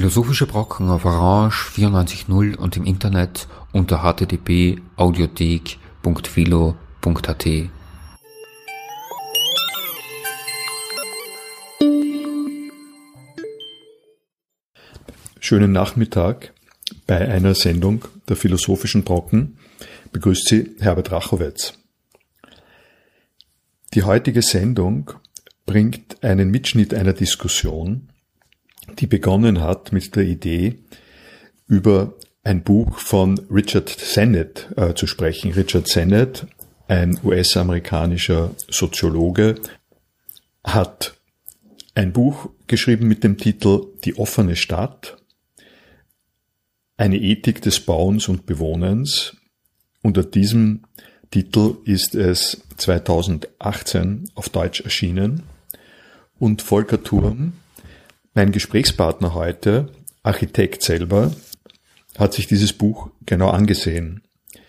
Philosophische Brocken auf Orange 94.0 und im Internet unter http://audiothek.philo.at. Schönen Nachmittag bei einer Sendung der Philosophischen Brocken. Begrüßt Sie Herbert Rachowitz. Die heutige Sendung bringt einen Mitschnitt einer Diskussion, die begonnen hat mit der Idee, über ein Buch von Richard Sennett zu sprechen. Richard Sennett, ein US-amerikanischer Soziologe, hat ein Buch geschrieben mit dem Titel Die offene Stadt, eine Ethik des Bauens und Bewohnens. Unter diesem Titel ist es 2018 auf Deutsch erschienen. Und Volker Thurm, mein Gesprächspartner heute, Architekt selber, hat sich dieses Buch genau angesehen.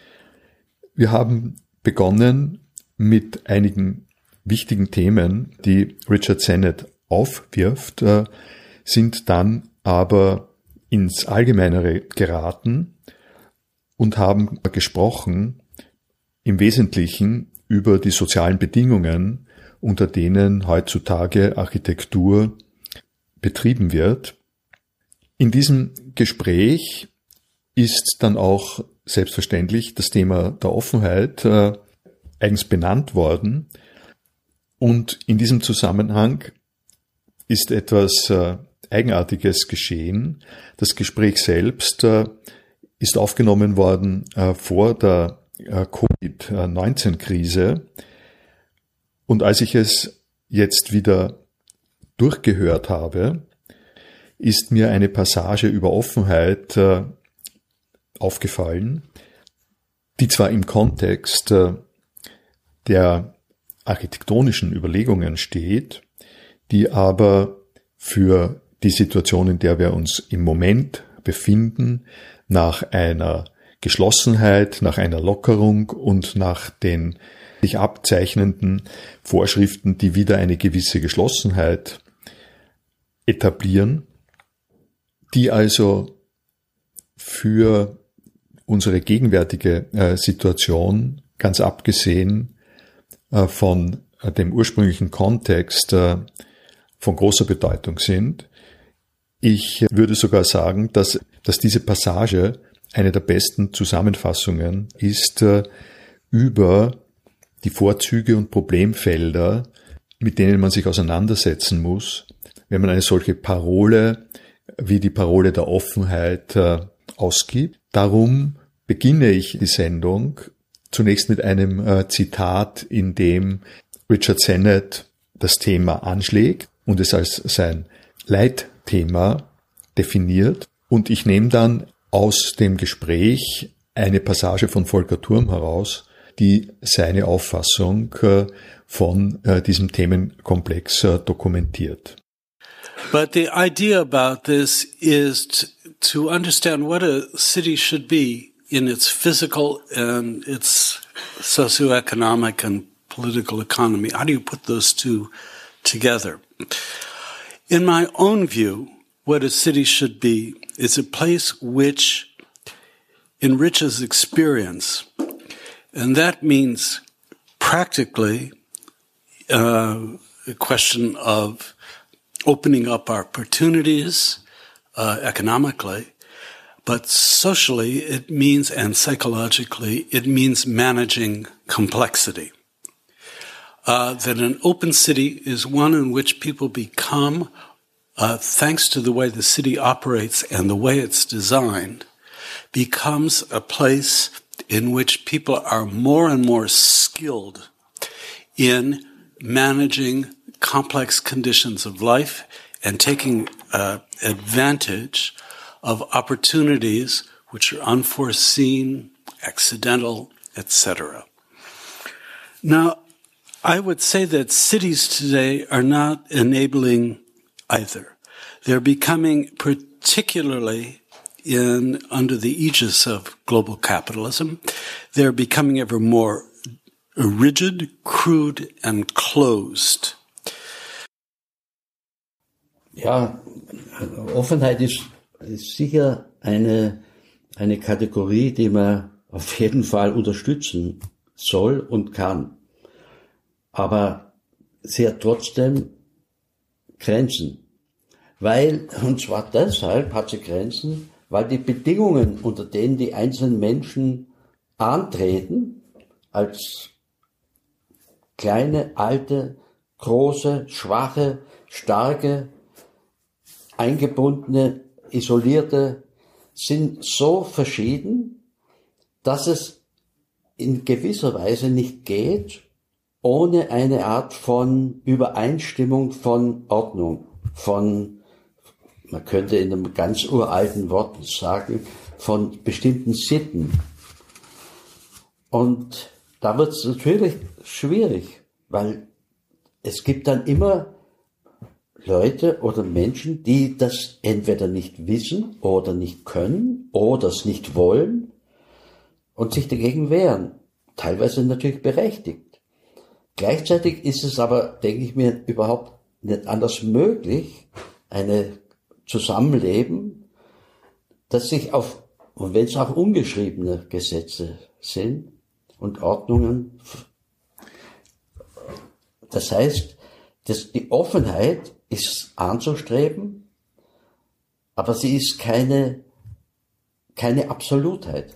Wir haben begonnen mit einigen wichtigen Themen, die Richard Sennett aufwirft, sind dann aber ins Allgemeinere geraten und haben gesprochen im Wesentlichen über die sozialen Bedingungen, unter denen heutzutage Architektur betrieben wird. In diesem Gespräch ist dann auch selbstverständlich das Thema der Offenheit eigens benannt worden. Und in diesem Zusammenhang ist etwas Eigenartiges geschehen. Das Gespräch selbst ist aufgenommen worden vor der Covid-19-Krise. Und als ich es jetzt wieder durchgehört habe, ist mir eine Passage über Offenheit aufgefallen, die zwar im Kontext der architektonischen Überlegungen steht, die aber für die Situation, in der wir uns im Moment befinden, nach einer Geschlossenheit, nach einer Lockerung und nach den sich abzeichnenden Vorschriften, die wieder eine gewisse Geschlossenheit etablieren, die also für unsere gegenwärtige Situation, ganz abgesehen von dem ursprünglichen Kontext, von großer Bedeutung sind. Ich würde sogar sagen, dass diese Passage eine der besten Zusammenfassungen ist über die Vorzüge und Problemfelder, mit denen man sich auseinandersetzen muss, wenn man eine solche Parole wie die Parole der Offenheit ausgibt. Darum beginne ich die Sendung zunächst mit einem Zitat, in dem Richard Sennett das Thema anschlägt und es als sein Leitthema definiert. Und ich nehme dann aus dem Gespräch eine Passage von Volker Thurm heraus, die seine Auffassung von diesem Themenkomplex dokumentiert. But the idea about this is to understand what a city should be in its physical and its socioeconomic and political economy. How do you put those two together? In my own view, what a city should be is a place which enriches experience. And that means practically a question of opening up opportunities economically, but socially it means, and psychologically, it means managing complexity. That an open city is one in which people become, thanks to the way the city operates and the way it's designed, becomes a place in which people are more and more skilled in managing complex conditions of life and taking advantage of opportunities which are unforeseen, accidental, etc. Now, I would say that cities today are not enabling either. They're becoming, particularly under the aegis of global capitalism, they're becoming ever more rigid, crude, and closed. Ja, Offenheit ist ist sicher eine Kategorie, die man auf jeden Fall unterstützen soll und kann. Aber sie hat trotzdem Grenzen. Und zwar deshalb hat sie Grenzen, weil die Bedingungen, unter denen die einzelnen Menschen antreten, als kleine, alte, große, schwache, starke, eingebundene, isolierte, sind so verschieden, dass es in gewisser Weise nicht geht, ohne eine Art von Übereinstimmung, von Ordnung, man könnte in einem ganz uralten Wort sagen, von bestimmten Sitten. Und da wird es natürlich schwierig, weil es gibt dann immer Leute oder Menschen, die das entweder nicht wissen oder nicht können oder es nicht wollen und sich dagegen wehren. Teilweise natürlich berechtigt. Gleichzeitig ist es aber, denke ich mir, überhaupt nicht anders möglich, eine Zusammenleben, das sich und wenn es auch ungeschriebene Gesetze sind und Ordnungen, das heißt, die Offenheit ist anzustreben, aber sie ist keine Absolutheit.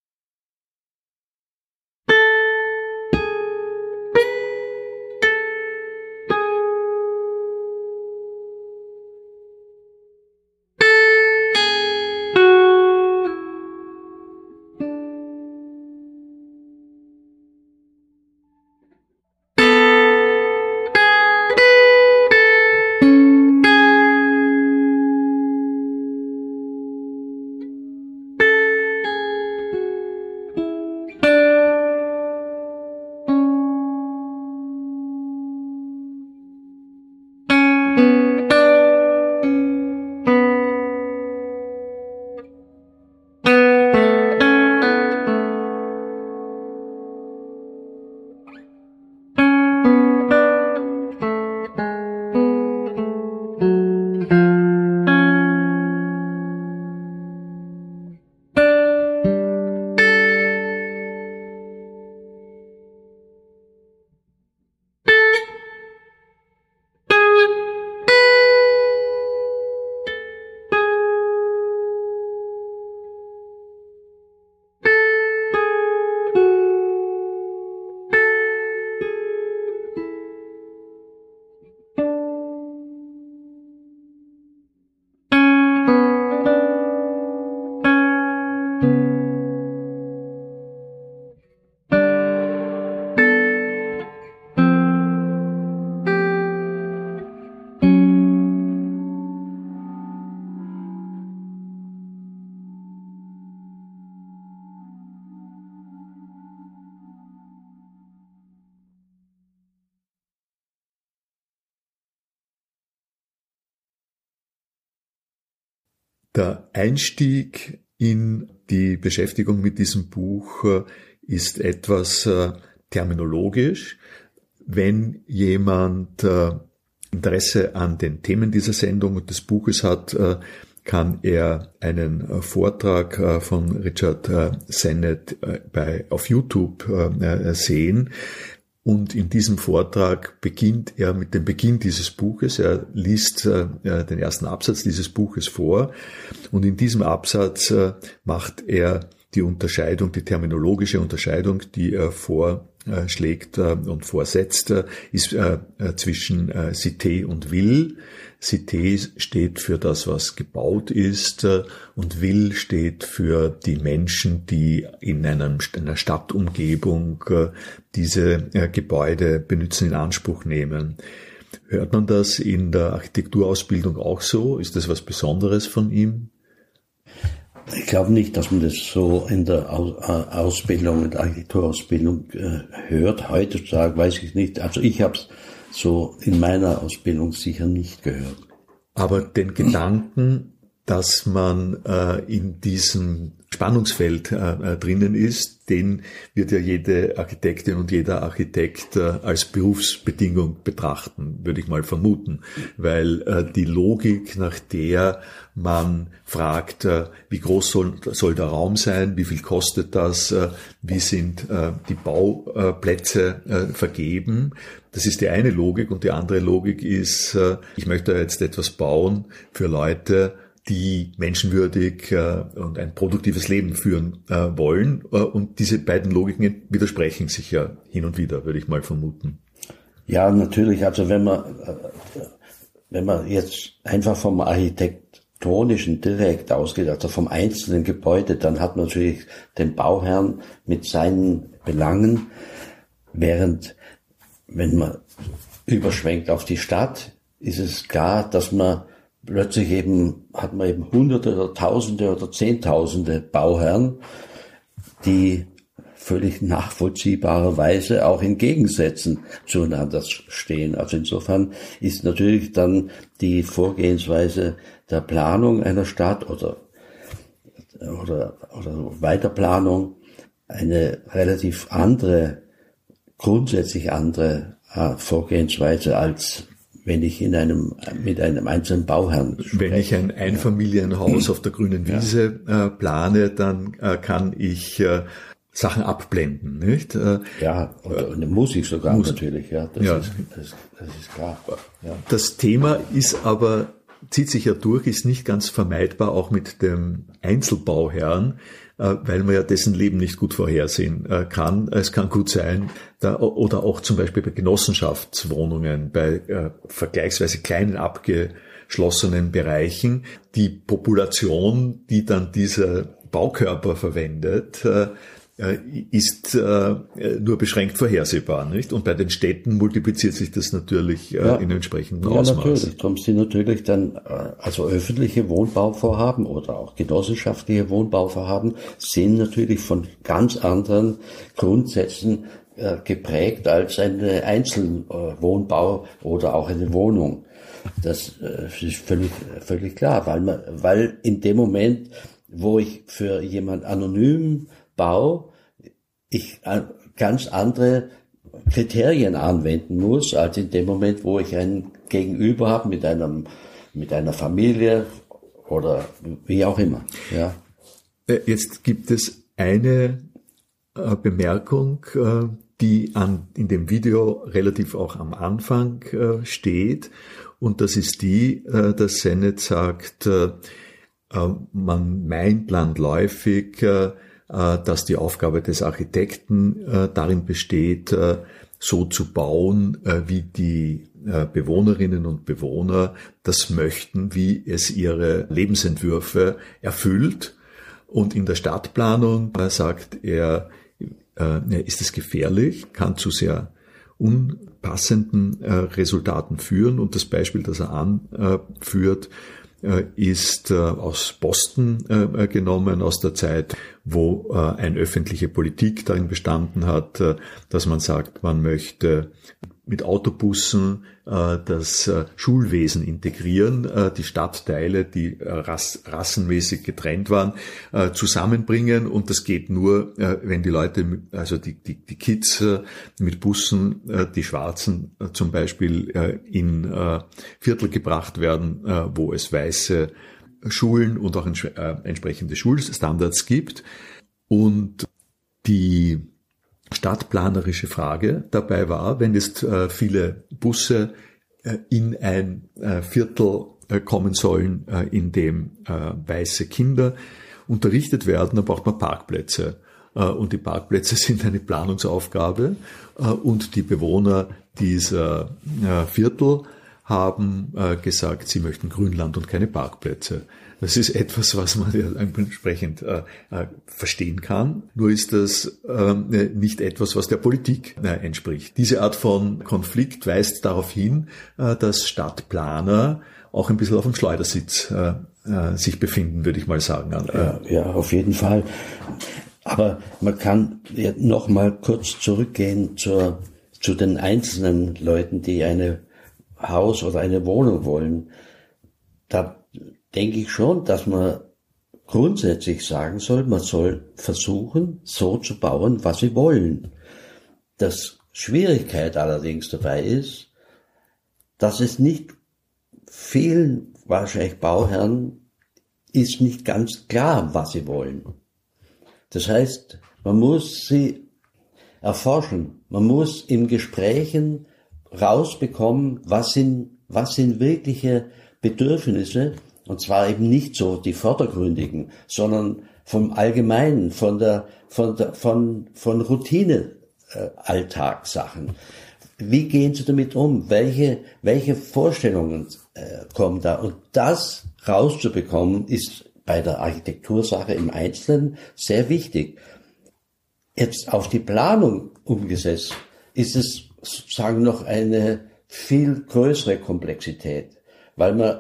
Der Einstieg in die Beschäftigung mit diesem Buch ist etwas terminologisch. Wenn jemand Interesse an den Themen dieser Sendung und des Buches hat, kann er einen Vortrag von Richard Sennett auf YouTube sehen. Und in diesem Vortrag beginnt er mit dem Beginn dieses Buches. Er liest den ersten Absatz dieses Buches vor. Und in diesem Absatz macht er die Unterscheidung, die terminologische Unterscheidung, die er vorschlägt und vorsetzt, ist zwischen Cité und Will. Cité steht für das, was gebaut ist, und Will steht für die Menschen, die in einer Stadtumgebung diese Gebäude benutzen, in Anspruch nehmen. Hört man das in der Architekturausbildung auch so? Ist das was Besonderes von ihm? Ich glaube nicht, dass man das so in der Ausbildung, in der Architekturausbildung hört. Heutzutage weiß ich nicht. Also ich habe es so in meiner Ausbildung sicher nicht gehört. Aber den Gedanken dass man in diesem Spannungsfeld drinnen ist, den wird ja jede Architektin und jeder Architekt als Berufsbedingung betrachten, würde ich mal vermuten, weil die Logik, nach der man fragt, wie groß soll der Raum sein, wie viel kostet das, wie sind die Bauplätze vergeben, das ist die eine Logik, und die andere Logik ist, ich möchte jetzt etwas bauen für Leute, die menschenwürdig und ein produktives Leben führen wollen. Und diese beiden Logiken widersprechen sich ja hin und wieder, würde ich mal vermuten. Ja, natürlich. Also wenn man jetzt einfach vom Architektonischen direkt ausgeht, also vom einzelnen Gebäude, dann hat man natürlich den Bauherrn mit seinen Belangen, während wenn man überschwenkt auf die Stadt, ist es klar, dass man plötzlich hat man eben Hunderte oder Tausende oder Zehntausende Bauherren, die völlig nachvollziehbarerweise auch in Gegensätzen zueinander stehen. Also insofern ist natürlich dann die Vorgehensweise der Planung einer Stadt oder Weiterplanung eine relativ andere, grundsätzlich andere Vorgehensweise, als wenn ich mit einem einzelnen Bauherrn spreche. Wenn ich ein Einfamilienhaus auf der grünen Wiese plane, dann kann ich Sachen abblenden, nicht? Ja, und eine Musik sogar natürlich, ja. Das ist klar. Ja. Das Thema zieht sich ja durch, ist nicht ganz vermeidbar, auch mit dem Einzelbauherrn, weil man ja dessen Leben nicht gut vorhersehen kann. Es kann gut sein, oder auch zum Beispiel bei Genossenschaftswohnungen, bei vergleichsweise kleinen abgeschlossenen Bereichen, die Population, die dann dieser Baukörper verwendet, ist nur beschränkt vorhersehbar, nicht? Und bei den Städten multipliziert sich das natürlich in entsprechendem Ausmaß. Ja, natürlich. Darum sind natürlich dann also öffentliche Wohnbauvorhaben oder auch genossenschaftliche Wohnbauvorhaben sind natürlich von ganz anderen Grundsätzen geprägt als eine Einzelwohnbau oder auch eine Wohnung. Das ist völlig klar, weil in dem Moment, wo ich für jemand anonym baue, ich ganz andere Kriterien anwenden muss, als in dem Moment, wo ich ein Gegenüber habe mit einer Familie oder wie auch immer. Ja. Jetzt gibt es eine Bemerkung, die in dem Video relativ auch am Anfang steht, und das ist die, dass Sennett sagt, man meint landläufig, dass die Aufgabe des Architekten darin besteht, so zu bauen, wie die Bewohnerinnen und Bewohner das möchten, wie es ihre Lebensentwürfe erfüllt. Und in der Stadtplanung sagt er, ist es gefährlich, kann zu sehr unpassenden Resultaten führen. Und das Beispiel, das er anführt, ist aus Boston genommen, aus der Zeit, wo eine öffentliche Politik darin bestanden hat, dass man sagt, man möchte mit Autobussen das Schulwesen integrieren, die Stadtteile, die rassenmäßig getrennt waren, zusammenbringen, und das geht nur, wenn die Leute, also die Kids mit Bussen, die Schwarzen zum Beispiel, in Viertel gebracht werden, wo es weiße Schulen und auch entsprechende Schulstandards gibt. Und die stadtplanerische Frage dabei war, wenn jetzt viele Busse in ein Viertel kommen sollen, in dem weiße Kinder unterrichtet werden, dann braucht man Parkplätze. Und die Parkplätze sind eine Planungsaufgabe, und die Bewohner dieser Viertel haben gesagt, sie möchten Grünland und keine Parkplätze. Das ist etwas, was man ja entsprechend verstehen kann. Nur ist das nicht etwas, was der Politik entspricht. Diese Art von Konflikt weist darauf hin, dass Stadtplaner auch ein bisschen auf dem Schleudersitz sich befinden, würde ich mal sagen. Ja, auf jeden Fall. Aber man kann ja noch mal kurz zurückgehen zu den einzelnen Leuten, die eine Haus oder eine Wohnung wollen. Da denke ich schon, dass man grundsätzlich sagen soll, man soll versuchen, so zu bauen, was sie wollen. Das Schwierigkeit allerdings dabei ist, dass es nicht vielen, wahrscheinlich Bauherren, ist nicht ganz klar, was sie wollen. Das heißt, man muss sie erforschen, man muss in Gesprächen rausbekommen, was sind wirkliche Bedürfnisse, und zwar eben nicht so die vordergründigen, sondern vom Allgemeinen, von Routine, Alltagssachen. Wie gehen Sie damit um? Welche Vorstellungen kommen da? Und das rauszubekommen, ist bei der Architektursache im Einzelnen sehr wichtig. Jetzt auf die Planung umgesetzt, ist es sozusagen noch eine viel größere Komplexität, weil man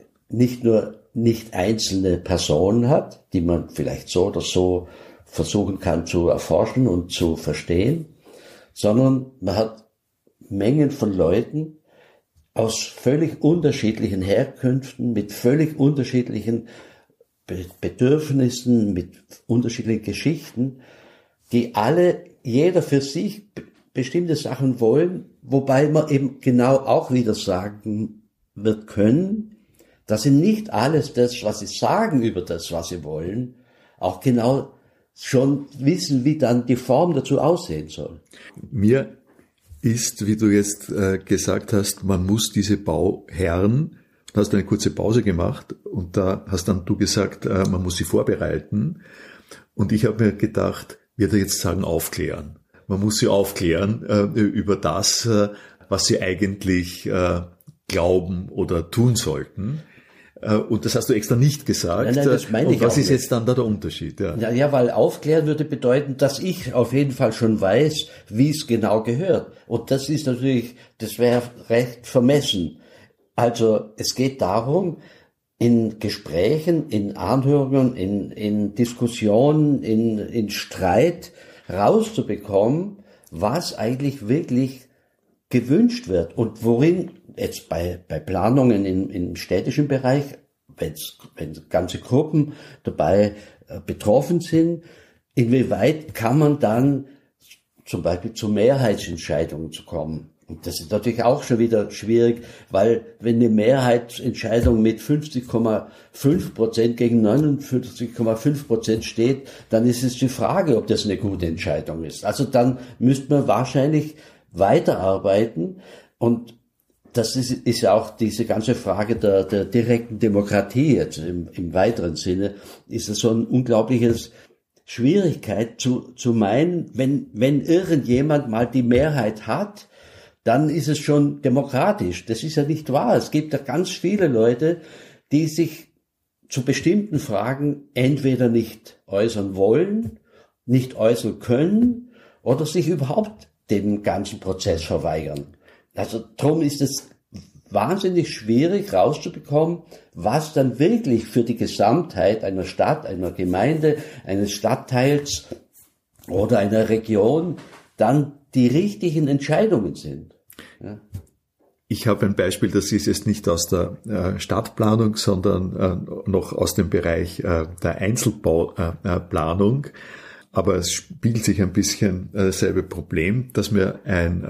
nicht einzelne Personen hat, die man vielleicht so oder so versuchen kann zu erforschen und zu verstehen, sondern man hat Mengen von Leuten aus völlig unterschiedlichen Herkünften, mit völlig unterschiedlichen Bedürfnissen, mit unterschiedlichen Geschichten, die alle, jeder für sich bestimmte Sachen wollen, wobei man eben genau auch wieder sagen wird können, dass sie nicht alles das, was sie sagen über das, was sie wollen, auch genau schon wissen, wie dann die Form dazu aussehen soll. Mir ist, wie du jetzt gesagt hast, man muss diese Bauherren, du hast eine kurze Pause gemacht und da hast dann du gesagt, man muss sie vorbereiten. Und ich habe mir gedacht, wird er jetzt sagen, aufklären. Man muss sie aufklären über das, was sie eigentlich glauben oder tun sollten. Und das hast du extra nicht gesagt. Nein, das meine ich und was auch ist nicht. Jetzt dann da der Unterschied? Ja, weil aufklären würde bedeuten, dass ich auf jeden Fall schon weiß, wie es genau gehört. Und das ist natürlich, das wäre recht vermessen. Also es geht darum, in Gesprächen, in Anhörungen, in Diskussionen, in Streit rauszubekommen, was eigentlich wirklich gewünscht wird und worin jetzt bei Planungen im städtischen Bereich, wenn ganze Gruppen dabei betroffen sind, inwieweit kann man dann zum Beispiel zu Mehrheitsentscheidungen zu kommen. Und das ist natürlich auch schon wieder schwierig, weil wenn eine Mehrheitsentscheidung mit 50,5% gegen 49,5% steht, dann ist es die Frage, ob das eine gute Entscheidung ist. Also dann müsste man wahrscheinlich weiterarbeiten und das ist ja auch diese ganze Frage der direkten Demokratie jetzt im weiteren Sinne, ist es so ein unglaubliches Schwierigkeit zu meinen, wenn irgendjemand mal die Mehrheit hat, dann ist es schon demokratisch. Das ist ja nicht wahr. Es gibt ja ganz viele Leute, die sich zu bestimmten Fragen entweder nicht äußern wollen, nicht äußern können oder sich überhaupt dem ganzen Prozess verweigern. Also darum ist es wahnsinnig schwierig rauszubekommen, was dann wirklich für die Gesamtheit einer Stadt, einer Gemeinde, eines Stadtteils oder einer Region dann die richtigen Entscheidungen sind. Ja. Ich habe ein Beispiel, das ist jetzt nicht aus der Stadtplanung, sondern noch aus dem Bereich der Einzelbauplanung. Aber es spielt sich ein bisschen dasselbe Problem, dass mir ein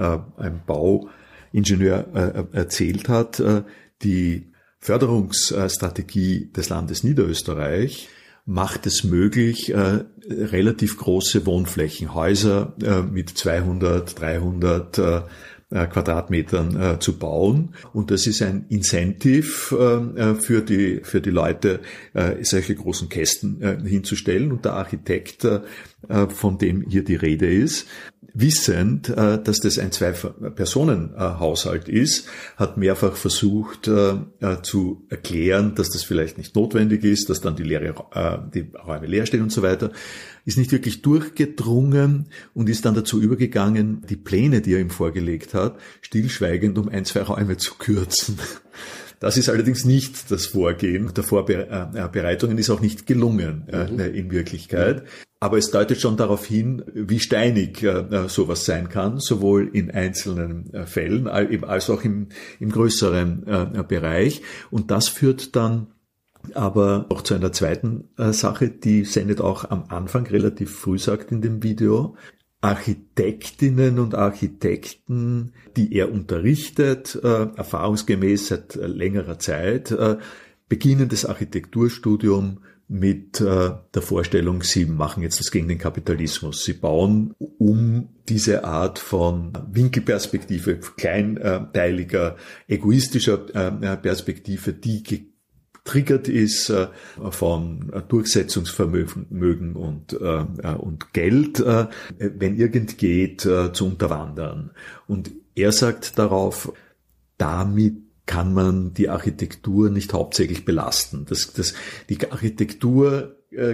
Bauingenieur erzählt hat, die Förderungsstrategie des Landes Niederösterreich macht es möglich, relativ große Wohnflächen, Häuser mit 200, 300 Quadratmetern zu bauen. Und das ist ein Incentive für die Leute, solche großen Kästen hinzustellen. Und der Architekt, von dem hier die Rede ist, wissend, dass das ein Zwei-Personen-Haushalt ist, hat mehrfach versucht zu erklären, dass das vielleicht nicht notwendig ist, dass dann die Räume leer stehen und so weiter, ist nicht wirklich durchgedrungen und ist dann dazu übergegangen, die Pläne, die er ihm vorgelegt hat, stillschweigend um 1, 2 Räume zu kürzen. Das ist allerdings nicht das Vorgehen der Vorbereitungen, ist auch nicht gelungen in Wirklichkeit. Aber es deutet schon darauf hin, wie steinig sowas sein kann, sowohl in einzelnen Fällen als auch im größeren Bereich. Und das führt dann Aber auch zu einer zweiten Sache, die Sennett auch am Anfang relativ früh sagt in dem Video. Architektinnen und Architekten, die er unterrichtet, erfahrungsgemäß seit längerer Zeit, beginnen das Architekturstudium mit der Vorstellung, sie machen jetzt das gegen den Kapitalismus. Sie bauen um diese Art von Winkelperspektive, kleinteiliger, egoistischer Perspektive, die getriggert ist von Durchsetzungsvermögen und Geld, wenn irgend geht, zu unterwandern. Und er sagt darauf, damit kann man die Architektur nicht hauptsächlich belasten. Die Architektur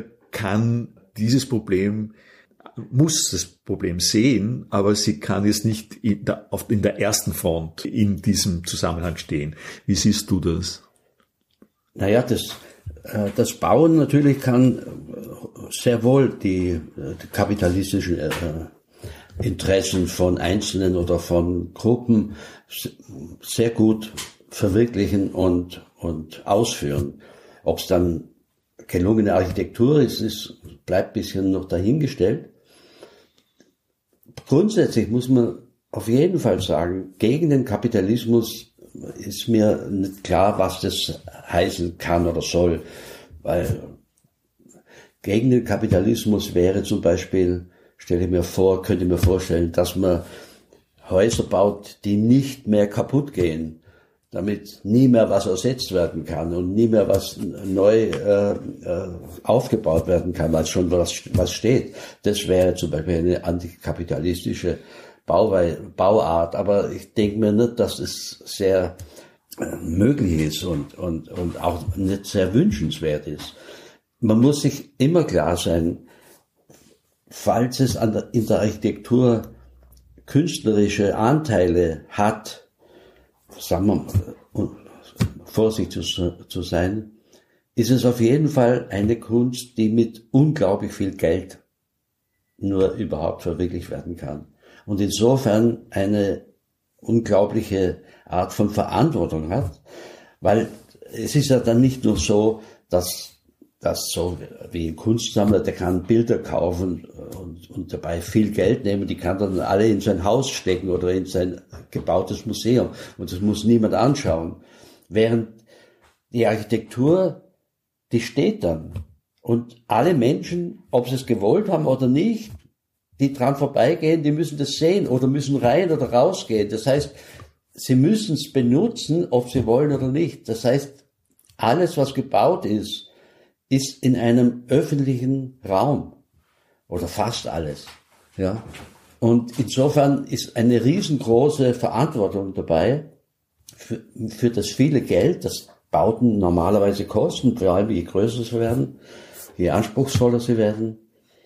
muss das Problem sehen, aber sie kann jetzt nicht in der ersten Front in diesem Zusammenhang stehen. Wie siehst du das? Naja, das Bauen natürlich kann sehr wohl die kapitalistischen Interessen von Einzelnen oder von Gruppen sehr gut verwirklichen und ausführen. Ob es dann gelungene Architektur ist, bleibt ein bisschen noch dahingestellt. Grundsätzlich muss man auf jeden Fall sagen, gegen den Kapitalismus ist mir nicht klar, was das heißen kann oder soll, weil gegen den Kapitalismus wäre zum Beispiel, könnte ich mir vorstellen, dass man Häuser baut, die nicht mehr kaputt gehen, damit nie mehr was ersetzt werden kann und nie mehr was neu aufgebaut werden kann, weil schon was steht. Das wäre zum Beispiel eine antikapitalistische Bauart, aber ich denke mir nicht, dass es sehr möglich ist und auch nicht sehr wünschenswert ist. Man muss sich immer klar sein, falls es in der Architektur künstlerische Anteile hat, sagen wir mal, vorsichtig zu sein, ist es auf jeden Fall eine Kunst, die mit unglaublich viel Geld nur überhaupt verwirklicht werden kann. Und insofern eine unglaubliche Art von Verantwortung hat, weil es ist ja dann nicht nur so, dass so wie ein Kunstsammler, der kann Bilder kaufen und dabei viel Geld nehmen, die kann dann alle in sein Haus stecken oder in sein gebautes Museum und das muss niemand anschauen. Während die Architektur, die steht dann und alle Menschen, ob sie es gewollt haben oder nicht, die dran vorbeigehen, die müssen das sehen oder müssen rein oder rausgehen. Das heißt, sie müssen es benutzen, ob sie wollen oder nicht. Das heißt, alles, was gebaut ist in einem öffentlichen Raum oder fast alles. Ja. Und insofern ist eine riesengroße Verantwortung dabei für das viele Geld, das Bauten normalerweise kosten, vor allem je größer sie werden, je anspruchsvoller sie werden,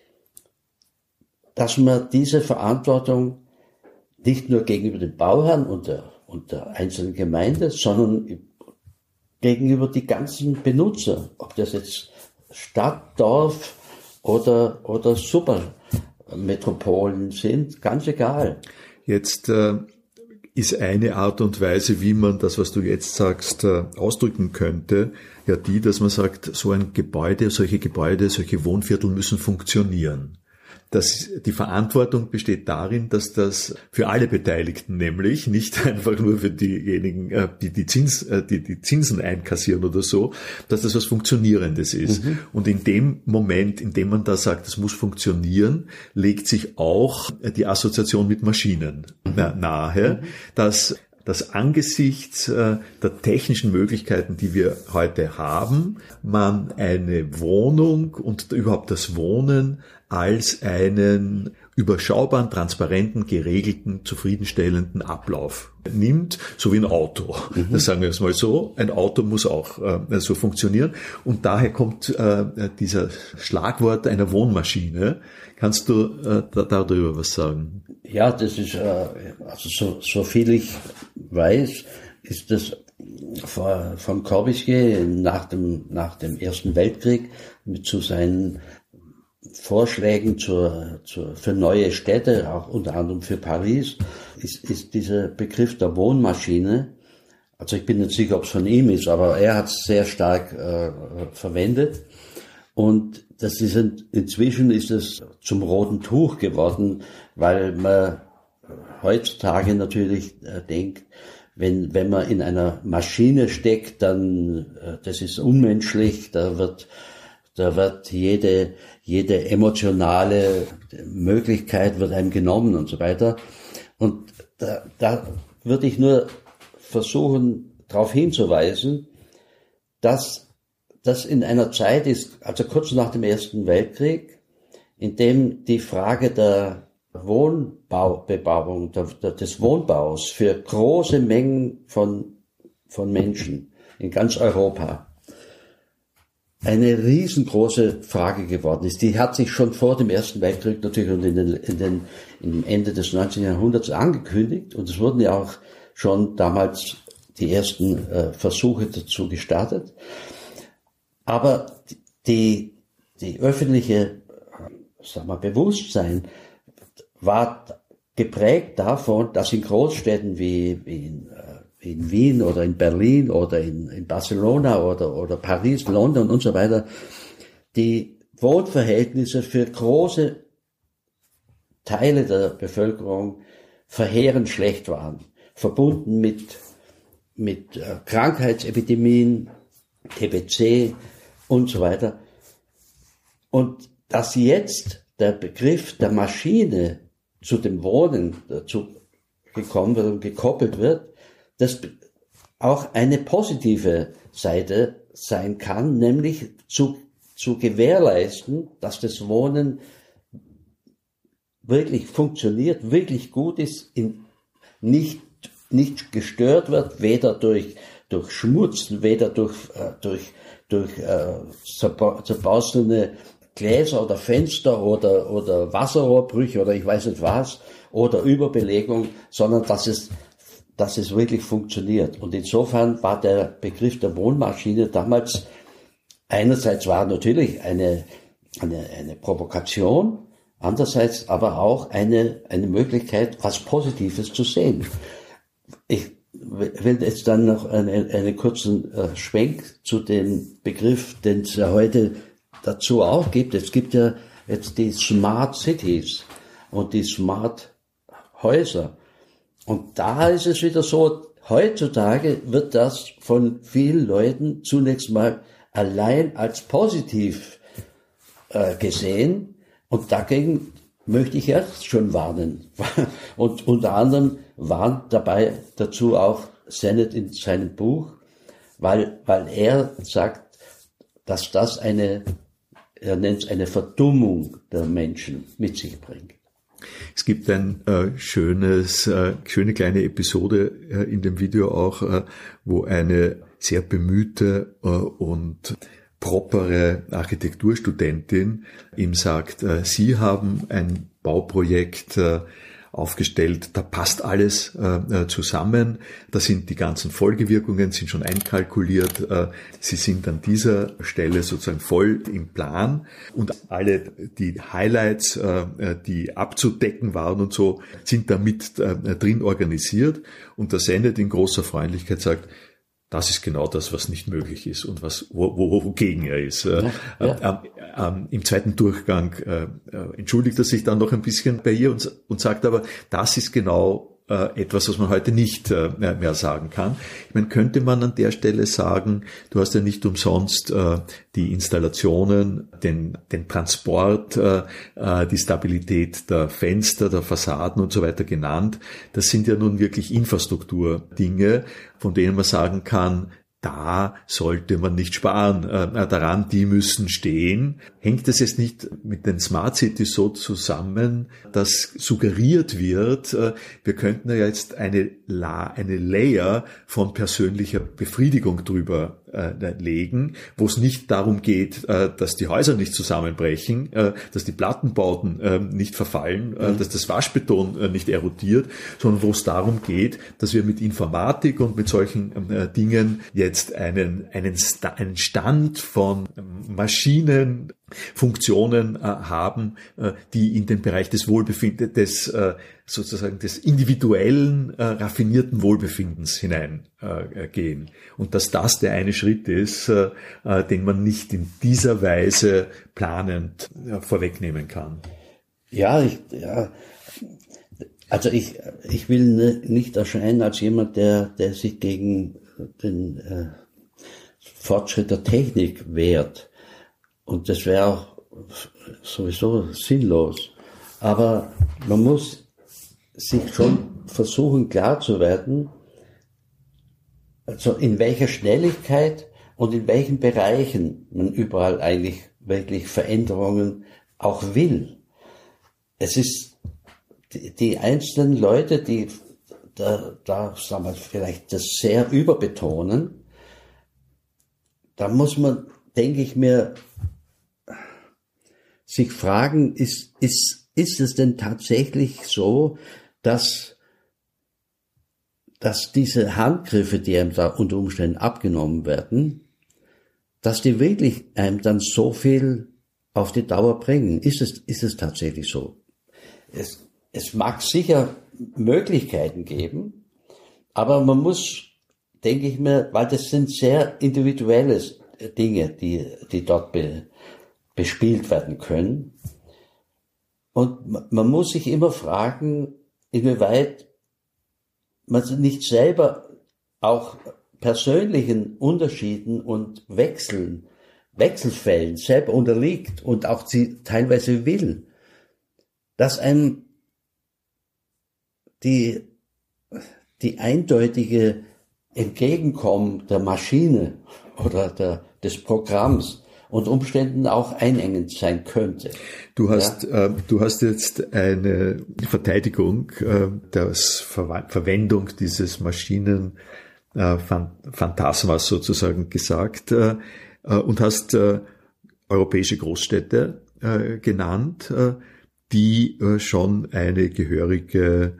dass man diese Verantwortung nicht nur gegenüber dem Bauherrn und der einzelnen Gemeinde, sondern gegenüber die ganzen Benutzer, ob das jetzt Stadt, Dorf oder Supermetropolen sind, ganz egal. Jetzt ist eine Art und Weise, wie man das, was du jetzt sagst, ausdrücken könnte, ja die, dass man sagt, solche Wohnviertel müssen funktionieren. Die Verantwortung besteht darin, dass das für alle Beteiligten, nämlich nicht einfach nur für diejenigen, die Zinsen einkassieren oder so, dass das was Funktionierendes ist. Mhm. Und in dem Moment, in dem man da sagt, das muss funktionieren, legt sich auch die Assoziation mit Maschinen nahe, dass angesichts der technischen Möglichkeiten, die wir heute haben, man eine Wohnung und überhaupt das Wohnen als einen überschaubaren, transparenten, geregelten, zufriedenstellenden Ablauf nimmt, so wie ein Auto. Das sagen wir es mal so. Ein Auto muss auch so funktionieren. Und daher kommt dieser Schlagwort einer Wohnmaschine. Kannst du darüber was sagen? Ja, das ist, also so viel ich weiß, ist das von Corbusier nach dem Ersten Weltkrieg zu seinen Vorschlägen für neue Städte, auch unter anderem für Paris, ist dieser Begriff der Wohnmaschine Also ich bin nicht sicher, ob es von ihm ist, aber er hat es sehr stark verwendet. Und das ist inzwischen ist es zum roten Tuch geworden, weil man heutzutage natürlich denkt, wenn man in einer Maschine steckt, dann das ist unmenschlich, da wird jede emotionale Möglichkeit wird einem genommen und so weiter. Und da würde ich nur versuchen, darauf hinzuweisen, dass das in einer Zeit ist, also kurz nach dem Ersten Weltkrieg, in dem die Frage der Wohnbebauung, des Wohnbaus für große Mengen von Menschen in ganz Europa eine riesengroße Frage geworden ist. Die hat sich schon vor dem Ersten Weltkrieg natürlich und im Ende des 19. Jahrhunderts angekündigt, und es wurden ja auch schon damals die ersten Versuche dazu gestartet. Aber die öffentliche, Bewusstsein war geprägt davon, dass in Großstädten wie in Wien oder in Berlin oder in Barcelona oder Paris, London und so weiter, die Wohnverhältnisse für große Teile der Bevölkerung verheerend schlecht waren, verbunden mit Krankheitsepidemien, TBC und so weiter. Und dass jetzt der Begriff der Maschine zu dem Wohnen dazu gekommen wird und gekoppelt wird, das auch eine positive Seite sein kann, nämlich zu gewährleisten, dass das Wohnen wirklich funktioniert, wirklich gut ist, nicht gestört wird, weder durch Schmutz, weder durch zerbaustelte Gläser oder Fenster oder Wasserrohrbrüche oder ich weiß nicht was oder Überbelegung, sondern dass es wirklich funktioniert. Und insofern war der Begriff der Wohnmaschine damals einerseits war natürlich eine Provokation, andererseits aber auch eine Möglichkeit, was Positives zu sehen. Ich will jetzt dann noch einen kurzen Schwenk zu dem Begriff, den es ja heute dazu auch gibt. Es gibt ja jetzt die Smart Cities und die Smart Häuser. Und da ist es wieder so, heutzutage wird das von vielen Leuten zunächst mal allein als positiv gesehen. Und dagegen möchte ich erst schon warnen. Und unter anderem warnt dabei dazu auch Sennett in seinem Buch, weil er sagt, dass das er nennt es eine Verdummung der Menschen mit sich bringt. Es gibt ein schöne kleine Episode in dem Video auch, wo eine sehr bemühte und propere Architekturstudentin ihm sagt, Sie haben ein Bauprojekt aufgestellt, da passt alles zusammen, da sind die ganzen Folgewirkungen sind schon einkalkuliert, sie sind an dieser Stelle sozusagen voll im Plan und alle die Highlights, die abzudecken waren und so, sind damit drin organisiert, und der Sennett in großer Freundlichkeit sagt, das ist genau das, was nicht möglich ist und wogegen er ist. Ja. Im zweiten Durchgang entschuldigt er sich dann noch ein bisschen bei ihr und sagt aber, das ist genau etwas, was man heute nicht mehr sagen kann. Ich meine, könnte man an der Stelle sagen, du hast ja nicht umsonst die Installationen, den Transport, die Stabilität der Fenster, der Fassaden und so weiter genannt. Das sind ja nun wirklich Infrastrukturdinge, von denen man sagen kann, da sollte man nicht sparen daran, die müssen stehen. Hängt das jetzt nicht mit den Smart Cities so zusammen, dass suggeriert wird, wir könnten ja jetzt eine Layer von persönlicher Befriedigung drüber legen, wo es nicht darum geht, dass die Häuser nicht zusammenbrechen, dass die Plattenbauten nicht verfallen, dass das Waschbeton nicht erodiert, sondern wo es darum geht, dass wir mit Informatik und mit solchen Dingen jetzt einen Stand von Maschinen Funktionen haben, die in den Bereich des Wohlbefindens, sozusagen des individuellen, raffinierten Wohlbefindens hineingehen. Und dass das der eine Schritt ist, den man nicht in dieser Weise planend vorwegnehmen kann. Also ich will nicht erscheinen als jemand, der sich gegen den Fortschritt der Technik wehrt. Und das wäre auch sowieso sinnlos. Aber man muss sich schon versuchen, klar zu werden, also in welcher Schnelligkeit und in welchen Bereichen man überall eigentlich wirklich Veränderungen auch will. Es ist die einzelnen Leute, die da sagen wir vielleicht das sehr überbetonen, da muss man, denke ich mir, sich fragen, ist es denn tatsächlich so, dass diese Handgriffe, die einem da unter Umständen abgenommen werden, dass die wirklich einem dann so viel auf die Dauer bringen? Ist es tatsächlich so? Es mag sicher Möglichkeiten geben, aber man muss, denke ich mir, weil das sind sehr individuelle Dinge, die dort bespielt werden können. Und man muss sich immer fragen, inwieweit man nicht selber auch persönlichen Unterschieden und Wechselfällen selber unterliegt und auch sie teilweise will, dass einem die eindeutige Entgegenkommen der Maschine oder des Programms und Umständen auch einengend sein könnte. Du hast jetzt eine Verteidigung der Verwendung dieses Maschinenphantasmas sozusagen gesagt und hast europäische Großstädte genannt, die schon eine gehörige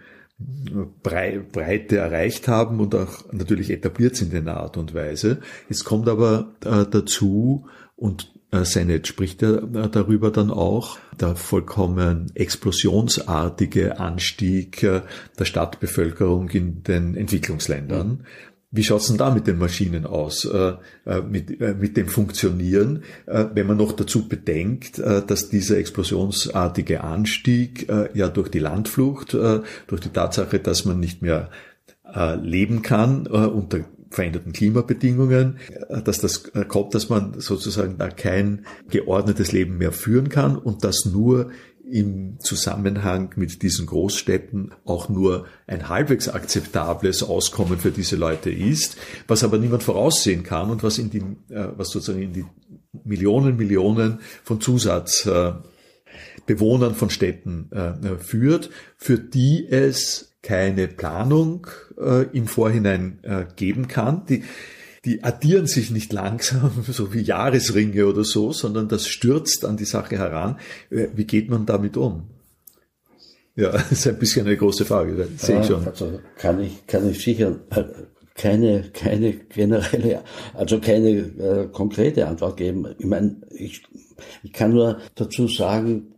Breite erreicht haben und auch natürlich etabliert sind in einer Art und Weise. Es kommt aber dazu, und Sennett spricht ja darüber dann auch, der vollkommen explosionsartige Anstieg der Stadtbevölkerung in den Entwicklungsländern. Wie schaut's denn da mit den Maschinen aus, mit dem Funktionieren, wenn man noch dazu bedenkt, dass dieser explosionsartige Anstieg ja durch die Landflucht, durch die Tatsache, dass man nicht mehr leben kann unter veränderten Klimabedingungen, dass das kommt, dass man sozusagen da kein geordnetes Leben mehr führen kann und dass nur im Zusammenhang mit diesen Großstädten auch nur ein halbwegs akzeptables Auskommen für diese Leute ist, was aber niemand voraussehen kann und was sozusagen in die Millionen von Zusatzbewohnern von Städten führt, für die es keine Planung im Vorhinein geben kann. Die addieren sich nicht langsam, so wie Jahresringe oder so, sondern das stürzt an die Sache heran. Wie geht man damit um? Ja, das ist ein bisschen eine große Frage, das sehe ich schon. Also kann ich sicher keine generelle, also keine konkrete Antwort geben. Ich meine, ich kann nur dazu sagen,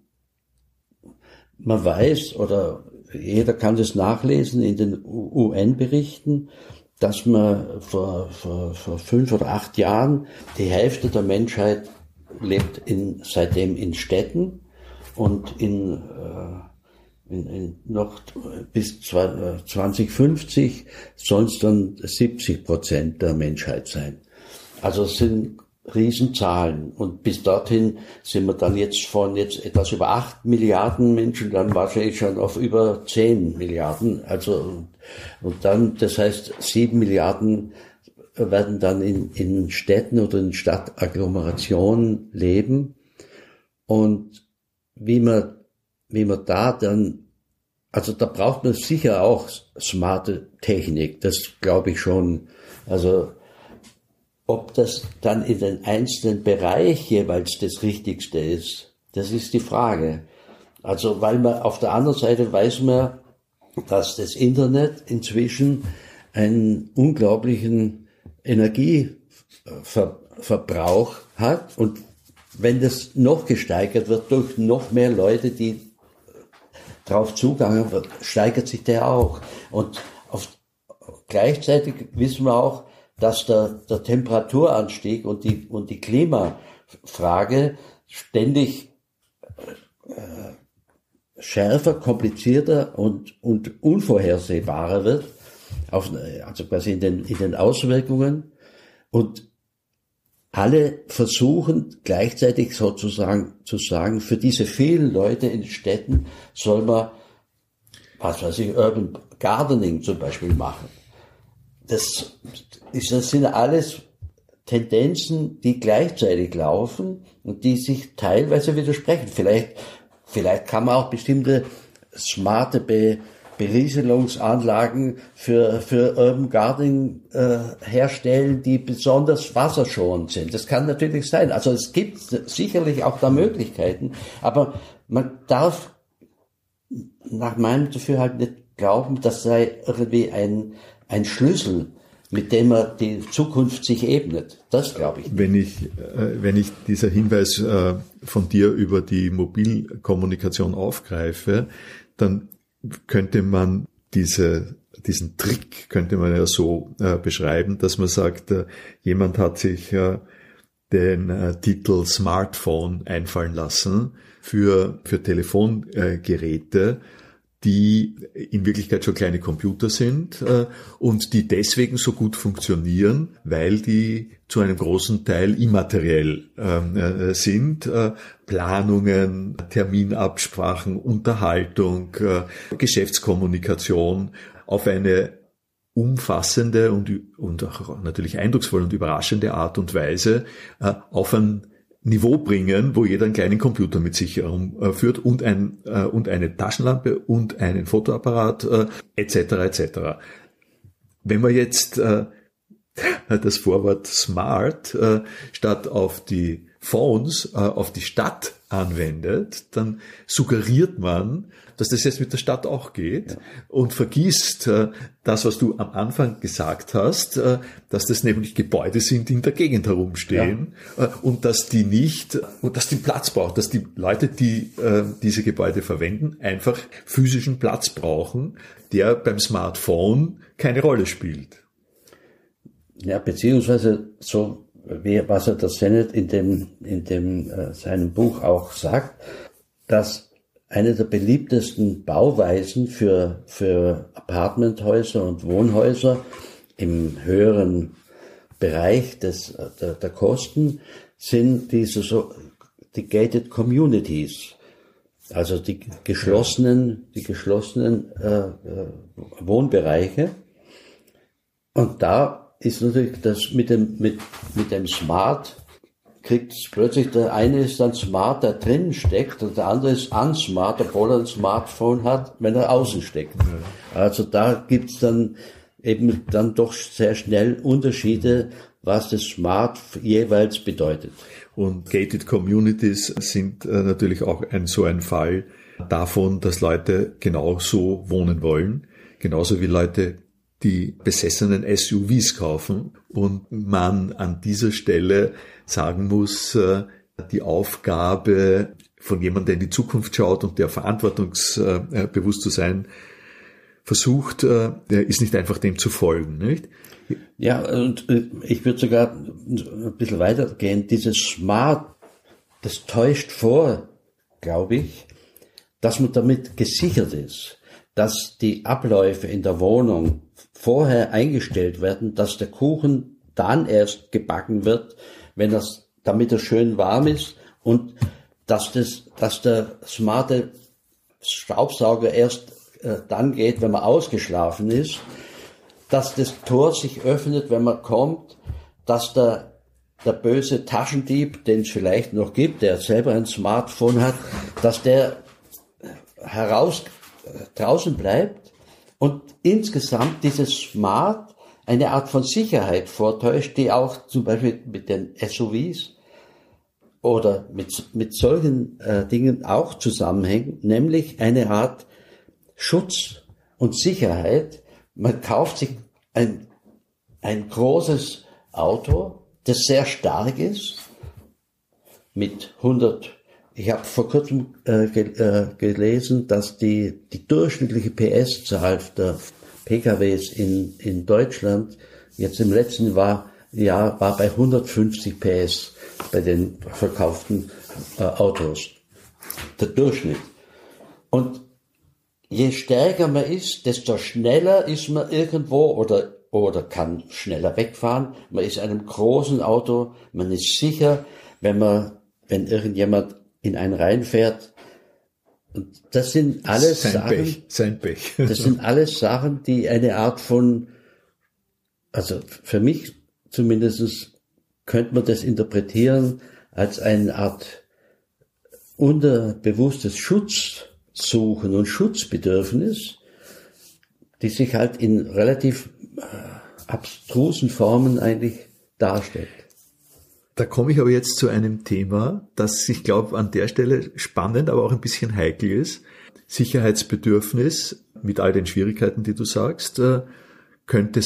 man weiß oder jeder kann das nachlesen in den UN-Berichten, dass man vor 5 oder 8 Jahren die Hälfte der Menschheit lebt seitdem in Städten und in noch bis 2050 sollen es dann 70% der Menschheit sein. Also es sind Riesenzahlen. Und bis dorthin sind wir dann jetzt etwas über 8 Milliarden Menschen, dann wahrscheinlich schon auf über 10 Milliarden. Also, und dann, das heißt, 7 Milliarden werden dann in Städten oder in Stadtagglomerationen leben. Und wie man da dann, also da braucht man sicher auch smarte Technik, das glaube ich schon. Also, ob das dann in den einzelnen Bereich jeweils das Richtigste ist, das ist die Frage. Also, weil man auf der anderen Seite weiß man, dass das Internet inzwischen einen unglaublichen Energieverbrauch hat und wenn das noch gesteigert wird durch noch mehr Leute, die drauf zugangen wird, steigert sich der auch. Und gleichzeitig wissen wir auch, dass der Temperaturanstieg und die Klimafrage ständig schärfer, komplizierter und unvorhersehbarer wird, also quasi in den Auswirkungen. Und alle versuchen gleichzeitig sozusagen zu sagen, für diese vielen Leute in Städten soll man, was weiß ich, Urban Gardening zum Beispiel machen. Das sind alles Tendenzen, die gleichzeitig laufen und die sich teilweise widersprechen. Vielleicht kann man auch bestimmte smarte Berieselungsanlagen für Urban Gardening herstellen, die besonders wasserschonend sind. Das kann natürlich sein. Also es gibt sicherlich auch da Möglichkeiten, aber man darf nach meinem Dafürhalten nicht glauben, das sei irgendwie ein Schlüssel, mit dem man die Zukunft sich ebnet. Das glaube ich nicht. Wenn ich dieser Hinweis von dir über die Mobilkommunikation aufgreife, dann könnte man diesen Trick könnte man ja so beschreiben, dass man sagt, jemand hat sich den Titel Smartphone einfallen lassen für Telefongeräte, die in Wirklichkeit schon kleine Computer sind und die deswegen so gut funktionieren, weil die zu einem großen Teil immateriell sind. Planungen, Terminabsprachen, Unterhaltung, Geschäftskommunikation auf eine umfassende und auch natürlich eindrucksvolle und überraschende Art und Weise auf ein Niveau bringen, wo jeder einen kleinen Computer mit sich herumführt und eine Taschenlampe und einen Fotoapparat etc. etc. Wenn man jetzt das Vorwort smart statt auf die Phones auf die Stadt anwendet, dann suggeriert man, dass das jetzt mit der Stadt auch geht und vergisst das, was du am Anfang gesagt hast, dass das nämlich Gebäude sind, die in der Gegend herumstehen und dass die Platz braucht, dass die Leute, die diese Gebäude verwenden, einfach physischen Platz brauchen, der beim Smartphone keine Rolle spielt. Ja, beziehungsweise so, was er das Sennett in seinem Buch auch sagt, dass eine der beliebtesten Bauweisen für Apartmenthäuser und Wohnhäuser im höheren Bereich der Kosten sind die gated communities, also die geschlossenen Wohnbereiche. Und da ist natürlich das mit dem Smart kriegt plötzlich, der eine ist dann smart, der drinnen steckt, und der andere ist unsmart, obwohl er ein Smartphone hat, wenn er außen steckt. Also da gibt's dann eben dann doch sehr schnell Unterschiede, was das Smart jeweils bedeutet. Und gated communities sind natürlich auch so ein Fall davon, dass Leute genau so wohnen wollen, genauso wie Leute die besessenen SUVs kaufen, und man an dieser Stelle sagen muss, die Aufgabe von jemandem, der in die Zukunft schaut und der verantwortungsbewusst zu sein versucht, ist nicht einfach dem zu folgen, nicht? Ja, und ich würde sogar ein bisschen weitergehen. Dieses Smart, das täuscht vor, glaube ich, dass man damit gesichert ist, dass die Abläufe in der Wohnung vorher eingestellt werden, dass der Kuchen dann erst gebacken wird, damit er schön warm ist, und dass der smarte Staubsauger erst dann geht, wenn man ausgeschlafen ist, dass das Tor sich öffnet, wenn man kommt, dass der böse Taschendieb, den es vielleicht noch gibt, der selber ein Smartphone hat, dass der draußen bleibt und insgesamt dieses Smart eine Art von Sicherheit vortäuscht, die auch zum Beispiel mit den SUVs oder mit solchen Dingen auch zusammenhängt, nämlich eine Art Schutz und Sicherheit. Man kauft sich ein großes Auto, das sehr stark ist, mit 100. Ich habe vor kurzem gelesen, dass die durchschnittliche PS-Zahl der PKWs in Deutschland jetzt im letzten Jahr war bei 150 PS bei den verkauften Autos. Der Durchschnitt. Und je stärker man ist, desto schneller ist man irgendwo oder kann schneller wegfahren. Man ist in einem großen Auto, man ist sicher, wenn irgendjemand in einen reinfährt. Und das sind alles sein Pech. Das sind alles Sachen, die eine Art von, also für mich zumindest könnte man das interpretieren als eine Art unterbewusstes Schutzsuchen und Schutzbedürfnis, die sich halt in relativ abstrusen Formen eigentlich darstellt. Da komme ich aber jetzt zu einem Thema, das ich glaube an der Stelle spannend, aber auch ein bisschen heikel ist. Sicherheitsbedürfnis mit all den Schwierigkeiten, die du sagst, man könnte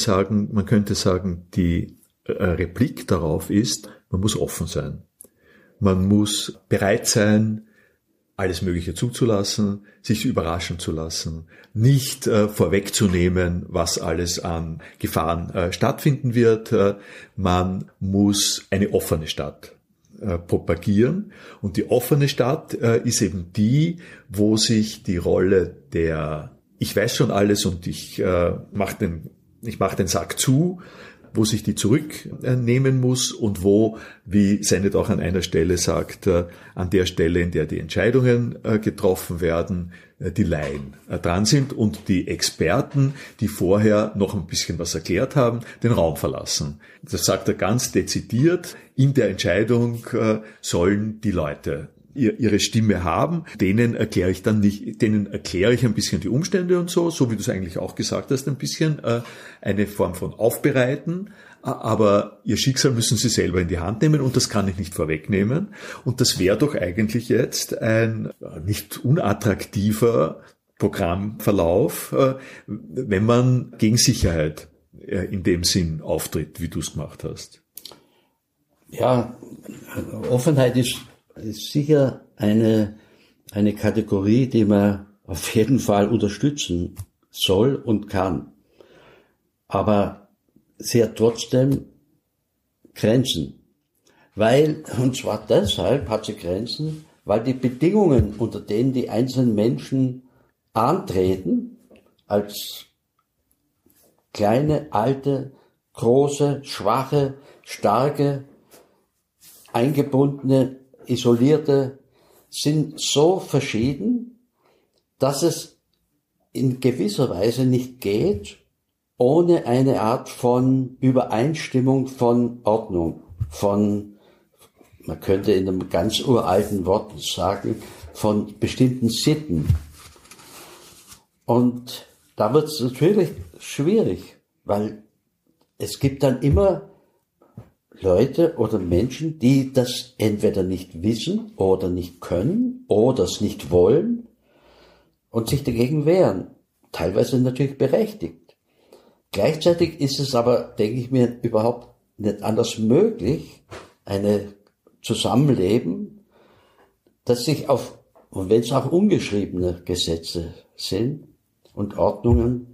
sagen, die Replik darauf ist, man muss offen sein. Man muss bereit sein, alles Mögliche zuzulassen, sich überraschen zu lassen, nicht vorwegzunehmen, was alles an Gefahren stattfinden wird. Man muss eine offene Stadt propagieren. Und die offene Stadt ist eben die, wo sich die Rolle der ich weiß schon alles und ich mach den Sack zu, wo sich die zurücknehmen muss und wo, wie Sennett auch an einer Stelle sagt, an der Stelle, in der die Entscheidungen getroffen werden, die Laien dran sind und die Experten, die vorher noch ein bisschen was erklärt haben, den Raum verlassen. Das sagt er ganz dezidiert. In der Entscheidung sollen die Leute ihre Stimme haben, denen erkläre ich ein bisschen die Umstände und so wie du es eigentlich auch gesagt hast, ein bisschen eine Form von Aufbereiten, aber ihr Schicksal müssen sie selber in die Hand nehmen und das kann ich nicht vorwegnehmen. Und das wäre doch eigentlich jetzt ein nicht unattraktiver Programmverlauf, wenn man gegen Sicherheit in dem Sinn auftritt, wie du es gemacht hast. Ja, Offenheit ist sicher eine Kategorie, die man auf jeden Fall unterstützen soll und kann. Aber sie hat trotzdem Grenzen. Und zwar deshalb hat sie Grenzen, weil die Bedingungen, unter denen die einzelnen Menschen antreten, als kleine, alte, große, schwache, starke, eingebundene, isolierte, sind so verschieden, dass es in gewisser Weise nicht geht, ohne eine Art von Übereinstimmung von Ordnung, man könnte in einem ganz uralten Wort sagen, von bestimmten Sitten. Und da wird es natürlich schwierig, weil es gibt dann immer Leute oder Menschen, die das entweder nicht wissen oder nicht können oder es nicht wollen und sich dagegen wehren. Teilweise natürlich berechtigt. Gleichzeitig ist es aber, denke ich mir, überhaupt nicht anders möglich, eine Zusammenleben, das sich und wenn es auch ungeschriebene Gesetze sind und Ordnungen,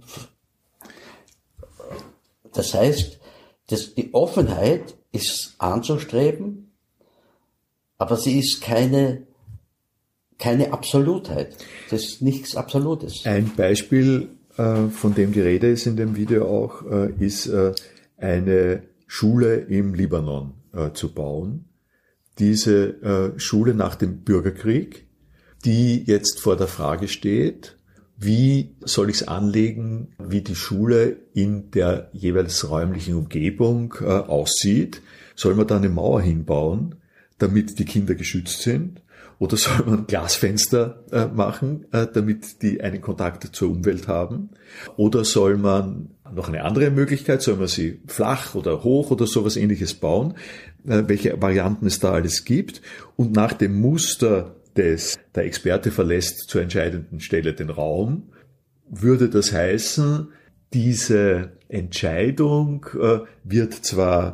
das heißt, die Offenheit ist anzustreben, aber sie ist keine Absolutheit. Das ist nichts Absolutes. Ein Beispiel, von dem die Rede ist in dem Video auch, ist eine Schule im Libanon zu bauen. Diese Schule nach dem Bürgerkrieg, die jetzt vor der Frage steht, wie soll ich es anlegen, wie die Schule in der jeweils räumlichen Umgebung aussieht? Soll man da eine Mauer hinbauen, damit die Kinder geschützt sind? Oder soll man Glasfenster machen, damit die einen Kontakt zur Umwelt haben? Oder soll man noch eine andere Möglichkeit, soll man sie flach oder hoch oder sowas Ähnliches bauen? Welche Varianten es da alles gibt? Und nach dem Muster der Experte verlässt zur entscheidenden Stelle den Raum, würde das heißen, diese Entscheidung wird zwar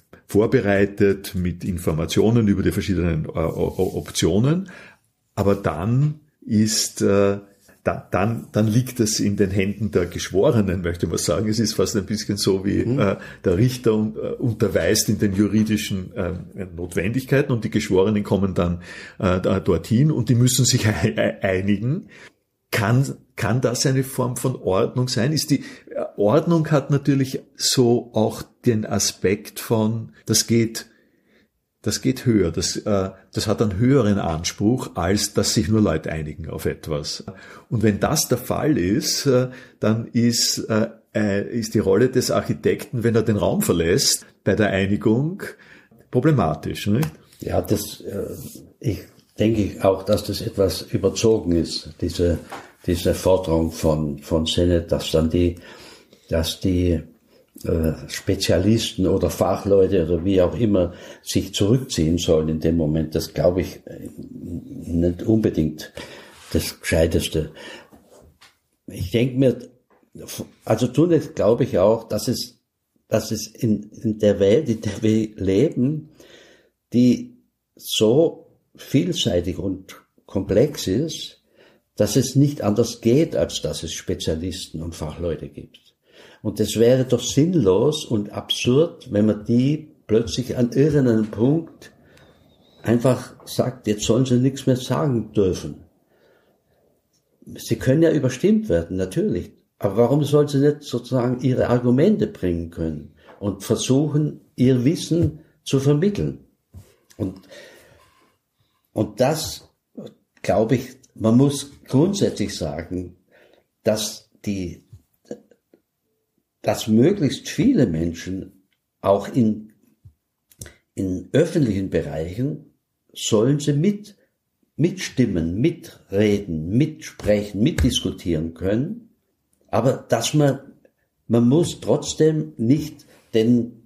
vorbereitet mit Informationen über die verschiedenen Optionen, aber dann ist dann liegt es in den Händen der Geschworenen, möchte man sagen. Es ist fast ein bisschen so wie der Richter unterweist in den juridischen Notwendigkeiten und die Geschworenen kommen dann dorthin und die müssen sich einigen. Kann das eine Form von Ordnung sein? Die Ordnung hat natürlich so auch den Aspekt von, das geht höher, das hat einen höheren Anspruch, als dass sich nur Leute einigen auf etwas. Und wenn das der Fall ist, dann ist die Rolle des Architekten, wenn er den Raum verlässt, bei der Einigung problematisch, nicht? Ja, ich denke auch, dass das etwas überzogen ist, diese Forderung von Sennett, dass die Spezialisten oder Fachleute oder wie auch immer sich zurückziehen sollen in dem Moment. Das glaube ich nicht unbedingt das Gescheiteste. Ich denke mir, also zunächst glaube ich auch, dass es in der Welt, in der wir leben, die so vielseitig und komplex ist, dass es nicht anders geht, als dass es Spezialisten und Fachleute gibt. Und es wäre doch sinnlos und absurd, wenn man die plötzlich an irgendeinem Punkt einfach sagt, jetzt sollen sie nichts mehr sagen dürfen. Sie können ja überstimmt werden, natürlich. Aber warum sollen sie nicht sozusagen ihre Argumente bringen können und versuchen, ihr Wissen zu vermitteln? Und das, glaube ich, man muss grundsätzlich sagen, dass möglichst viele Menschen auch in öffentlichen Bereichen sollen sie mitstimmen, mitreden, mitsprechen, mitdiskutieren können, aber dass man muss trotzdem nicht den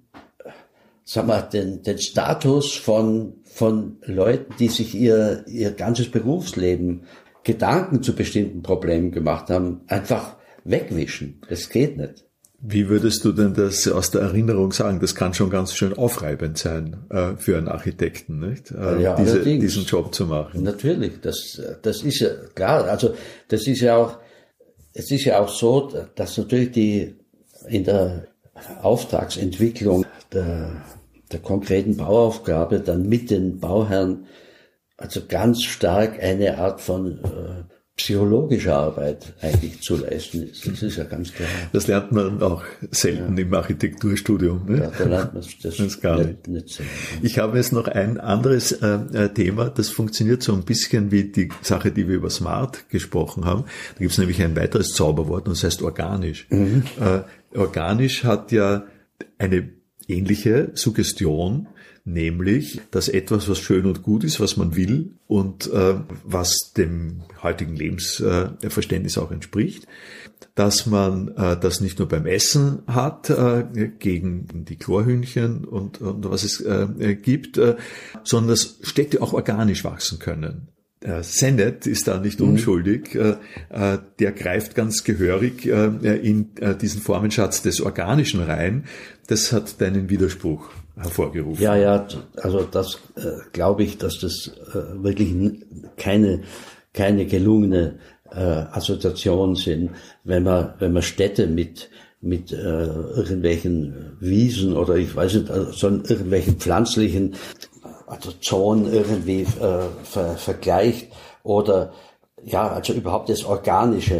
Status von Leuten, die sich ihr ganzes Berufsleben Gedanken zu bestimmten Problemen gemacht haben, einfach wegwischen. Das geht nicht. Wie würdest du denn das aus der Erinnerung sagen? Das kann schon ganz schön aufreibend sein für einen Architekten, nicht? Ja, diesen Job zu machen. Natürlich, das ist ja klar. Also es ist ja auch so, dass natürlich in der Auftragsentwicklung der konkreten Bauaufgabe dann mit den Bauherren also ganz stark eine Art von psychologische Arbeit eigentlich zu leisten ist. Das ist ja ganz klar. Das lernt man auch selten im Architekturstudium. Ne? Da lernt man das gar nicht selten. Ich habe jetzt noch ein anderes Thema, das funktioniert so ein bisschen wie die Sache, die wir über Smart gesprochen haben. Da gibt es nämlich ein weiteres Zauberwort und das heißt organisch. Organisch hat ja eine ähnliche Suggestion, nämlich, dass etwas, was schön und gut ist, was man will und was dem heutigen Lebensverständnis auch entspricht, dass man das nicht nur beim Essen hat, gegen die Chlorhühnchen und was es gibt, sondern dass Städte auch organisch wachsen können. Sennett ist da nicht unschuldig, der greift ganz gehörig in diesen Formenschatz des Organischen rein. Das hat deinen Widerspruch hervorgerufen. Ja, also das glaube ich, dass das wirklich keine gelungene Assoziation sind, wenn man Städte mit irgendwelchen Wiesen oder ich weiß nicht, so irgendwelchen pflanzlichen Zonen irgendwie vergleicht oder ja, also überhaupt das Organische.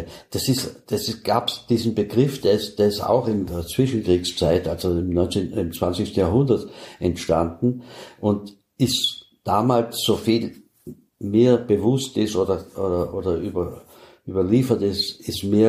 Gab's diesen Begriff, der ist auch in der Zwischenkriegszeit, also im 20. Jahrhundert entstanden und ist damals, so viel mir bewusst ist oder überliefert ist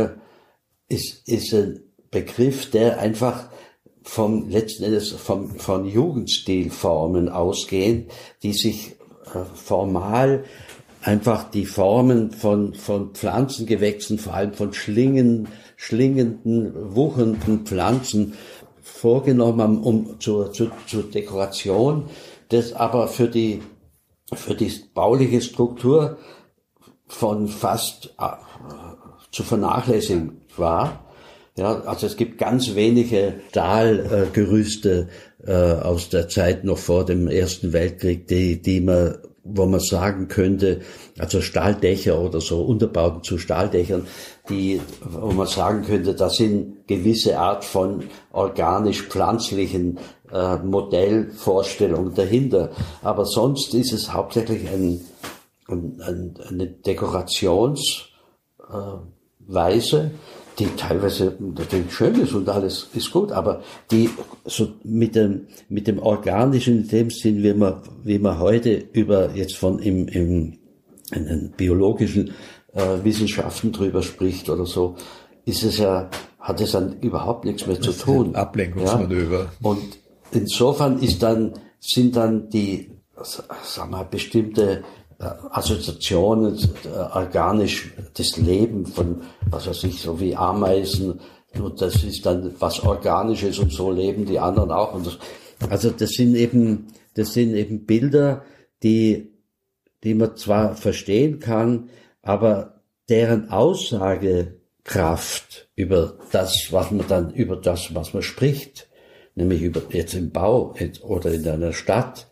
ein Begriff, der einfach letzten Endes von Jugendstilformen ausgehen, die sich formal einfach die Formen von Pflanzengewächsen, vor allem von schlingenden, wuchernden Pflanzen vorgenommen haben, um zur Dekoration, das aber für die bauliche Struktur von fast zu vernachlässigen war. Ja, also es gibt ganz wenige Stahlgerüste aus der Zeit noch vor dem Ersten Weltkrieg, wo man sagen könnte, also Stahldächer oder so, Unterbauten zu Stahldächern, wo man sagen könnte, das sind gewisse Art von organisch-pflanzlichen Modellvorstellungen dahinter. Aber sonst ist es hauptsächlich eine Dekorationsweise, die teilweise natürlich schön ist und alles ist gut, aber die so mit dem Organischen, in dem Sinn, wie man heute jetzt von in den biologischen Wissenschaften drüber spricht oder so, hat es dann überhaupt nichts mehr zu tun. Ablenkungsmanöver. Ja? Und insofern sind dann die, sagen wir, bestimmte Assoziationen, organisch das Leben von, was weiß ich, so wie Ameisen, und das ist dann was Organisches und so leben die anderen auch. Und also das sind eben Bilder, die man zwar verstehen kann, aber deren Aussagekraft über das, was man spricht, nämlich über jetzt im Bau oder in einer Stadt,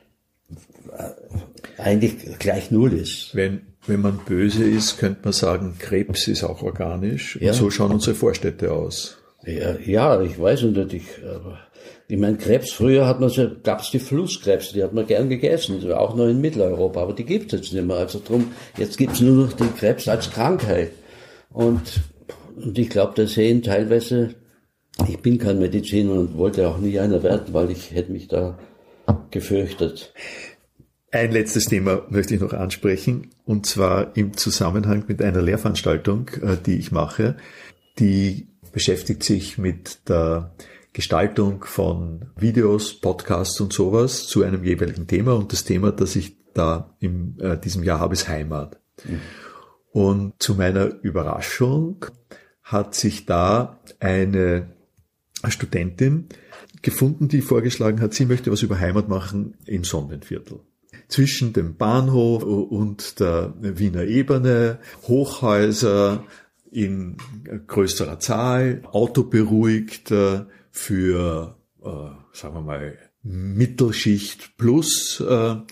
eigentlich gleich null ist. Wenn man böse ist, könnte man sagen, Krebs ist auch organisch. Ja. Und so schauen unsere Vorstädte aus. Ja, ich weiß nicht. Ich meine, Krebs, früher gab's die Flusskrebse, die hat man gern gegessen, auch noch in Mitteleuropa, aber die gibt's jetzt nicht mehr. Also drum, jetzt gibt's nur noch den Krebs als Krankheit. Und ich glaube, da sehen teilweise, ich bin kein Mediziner und wollte auch nie einer werden, weil ich hätte mich da gefürchtet. Ein letztes Thema möchte ich noch ansprechen, und zwar im Zusammenhang mit einer Lehrveranstaltung, die ich mache. Die beschäftigt sich mit der Gestaltung von Videos, Podcasts und sowas zu einem jeweiligen Thema. Und das Thema, das ich da in diesem Jahr habe, ist Heimat. Mhm. Und zu meiner Überraschung hat sich da eine Studentin gefunden, die vorgeschlagen hat, sie möchte was über Heimat machen im Sonnenviertel. Zwischen dem Bahnhof und der Wiener Ebene, Hochhäuser in größerer Zahl, autoberuhigt für, sagen wir mal, Mittelschicht plus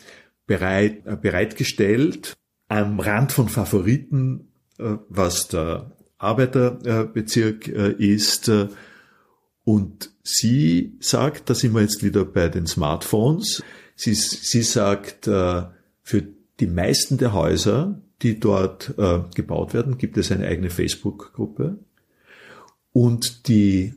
bereitgestellt, am Rand von Favoriten, was der Arbeiterbezirk ist. Und sie sagt, da sind wir jetzt wieder bei den Smartphones, sie sagt, für die meisten der Häuser, die dort gebaut werden, gibt es eine eigene Facebook-Gruppe. Und das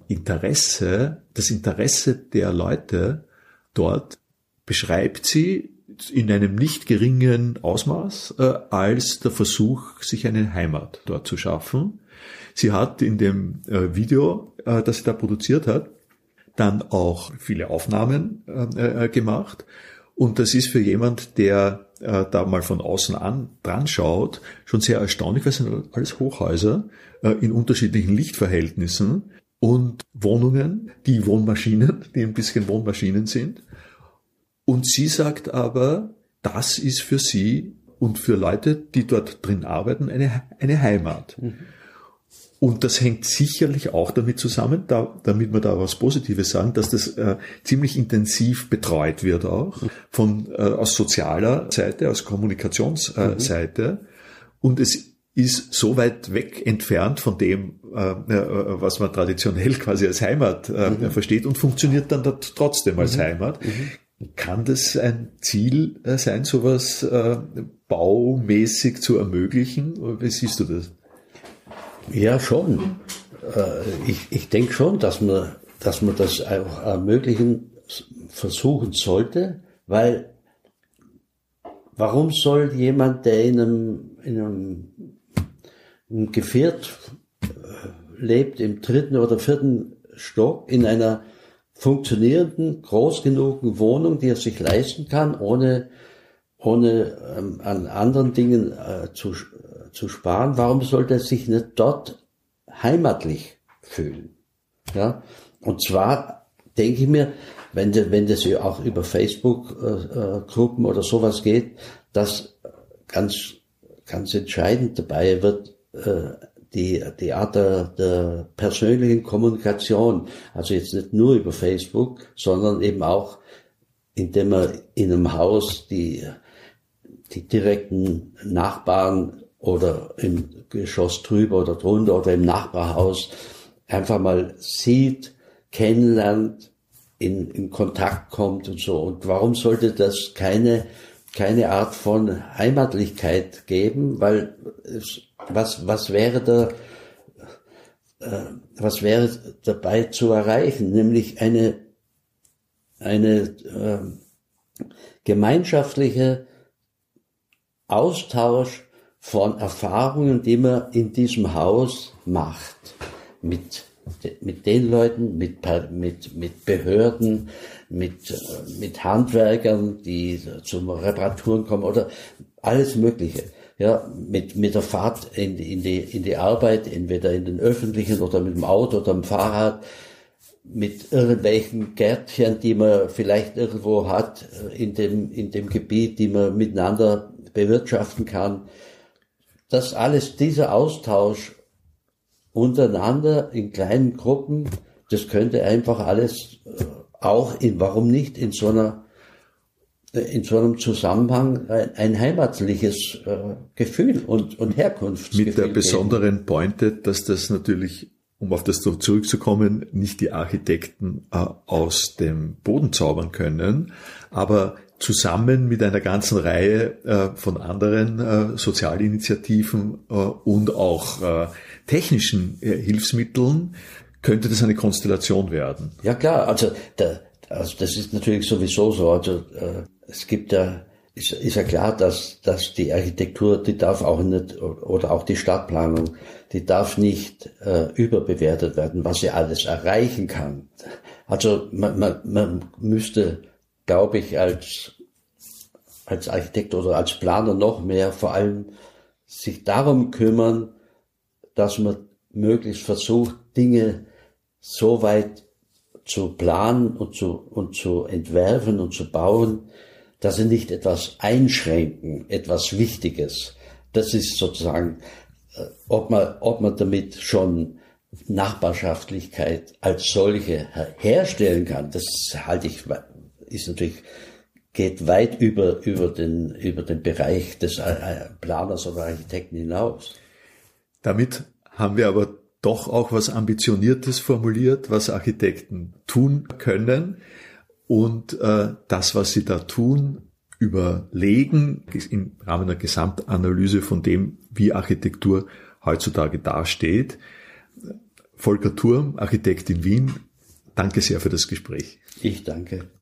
Interesse der Leute dort beschreibt sie in einem nicht geringen Ausmaß als der Versuch, sich eine Heimat dort zu schaffen. Sie hat in dem Video, das sie da produziert hat, dann auch viele Aufnahmen gemacht. Und das ist für jemand, der da mal von außen dran schaut, schon sehr erstaunlich, weil es sind alles Hochhäuser in unterschiedlichen Lichtverhältnissen und Wohnungen, die ein bisschen Wohnmaschinen sind. Und sie sagt aber, das ist für sie und für Leute, die dort drin arbeiten, eine Heimat. Mhm. Und das hängt sicherlich auch damit zusammen, damit wir da was Positives sagen, dass das ziemlich intensiv betreut wird auch aus sozialer Seite, aus Kommunikationsseite. Und es ist so weit weg entfernt von dem, was man traditionell quasi als Heimat versteht und funktioniert dann dort trotzdem als Heimat. Kann das ein Ziel sein, sowas baumäßig zu ermöglichen? Wie siehst du das? Ja, schon. Ich denke schon, dass man das auch ermöglichen versuchen sollte, weil warum soll jemand, der in einem Geviert lebt, im 3. oder 4. Stock, in einer funktionierenden, groß genugen Wohnung, die er sich leisten kann, ohne an anderen Dingen zu sparen, warum sollte er sich nicht dort heimatlich fühlen? Ja? Und zwar denke ich mir, wenn das ja auch über Facebook-Gruppen oder sowas geht, dass ganz entscheidend dabei wird, die Art der persönlichen Kommunikation, also jetzt nicht nur über Facebook, sondern eben auch, indem man in einem Haus die direkten Nachbarn oder im Geschoss drüber oder drunter oder im Nachbarhaus einfach mal sieht, kennenlernt, in Kontakt kommt und so. Und warum sollte das keine Art von Heimatlichkeit geben? Weil was wäre dabei zu erreichen? Nämlich eine gemeinschaftliche Austausch von Erfahrungen, die man in diesem Haus macht. Mit den Leuten, mit Behörden, mit Handwerkern, die zum Reparaturen kommen oder alles Mögliche. Ja, mit der Fahrt in die Arbeit, entweder in den öffentlichen oder mit dem Auto oder dem Fahrrad, mit irgendwelchen Gärtchen, die man vielleicht irgendwo hat in dem Gebiet, die man miteinander bewirtschaften kann. Das alles, dieser Austausch untereinander in kleinen Gruppen, das könnte einfach alles auch warum nicht in so einem Zusammenhang ein heimatliches Gefühl und Herkunftsgefühl mit der geben. besonderen Pointe, dass das natürlich, um auf das zurückzukommen, nicht die Architekten aus dem Boden zaubern können, aber zusammen mit einer ganzen Reihe von anderen Sozialinitiativen und auch technischen Hilfsmitteln könnte das eine Konstellation werden. Ja klar, also das ist natürlich sowieso so. Also es gibt ja, ist ja klar, dass die Architektur, die darf auch nicht, oder auch die Stadtplanung, die darf nicht überbewertet werden, was sie alles erreichen kann. Also man müsste, glaube ich, als Architekt oder als Planer noch mehr vor allem sich darum kümmern, dass man möglichst versucht, Dinge so weit zu planen und zu entwerfen und zu bauen, dass sie nicht etwas einschränken, etwas Wichtiges. Das ist sozusagen, ob man damit schon Nachbarschaftlichkeit als solche herstellen kann, das halte ich, ist natürlich, geht weit über den Bereich des Planers oder Architekten hinaus. Damit haben wir aber doch auch was Ambitioniertes formuliert, was Architekten tun können. Und das, was sie da tun, überlegen im Rahmen der Gesamtanalyse von dem, wie Architektur heutzutage dasteht. Volker Thurm, Architekt in Wien, danke sehr für das Gespräch. Ich danke.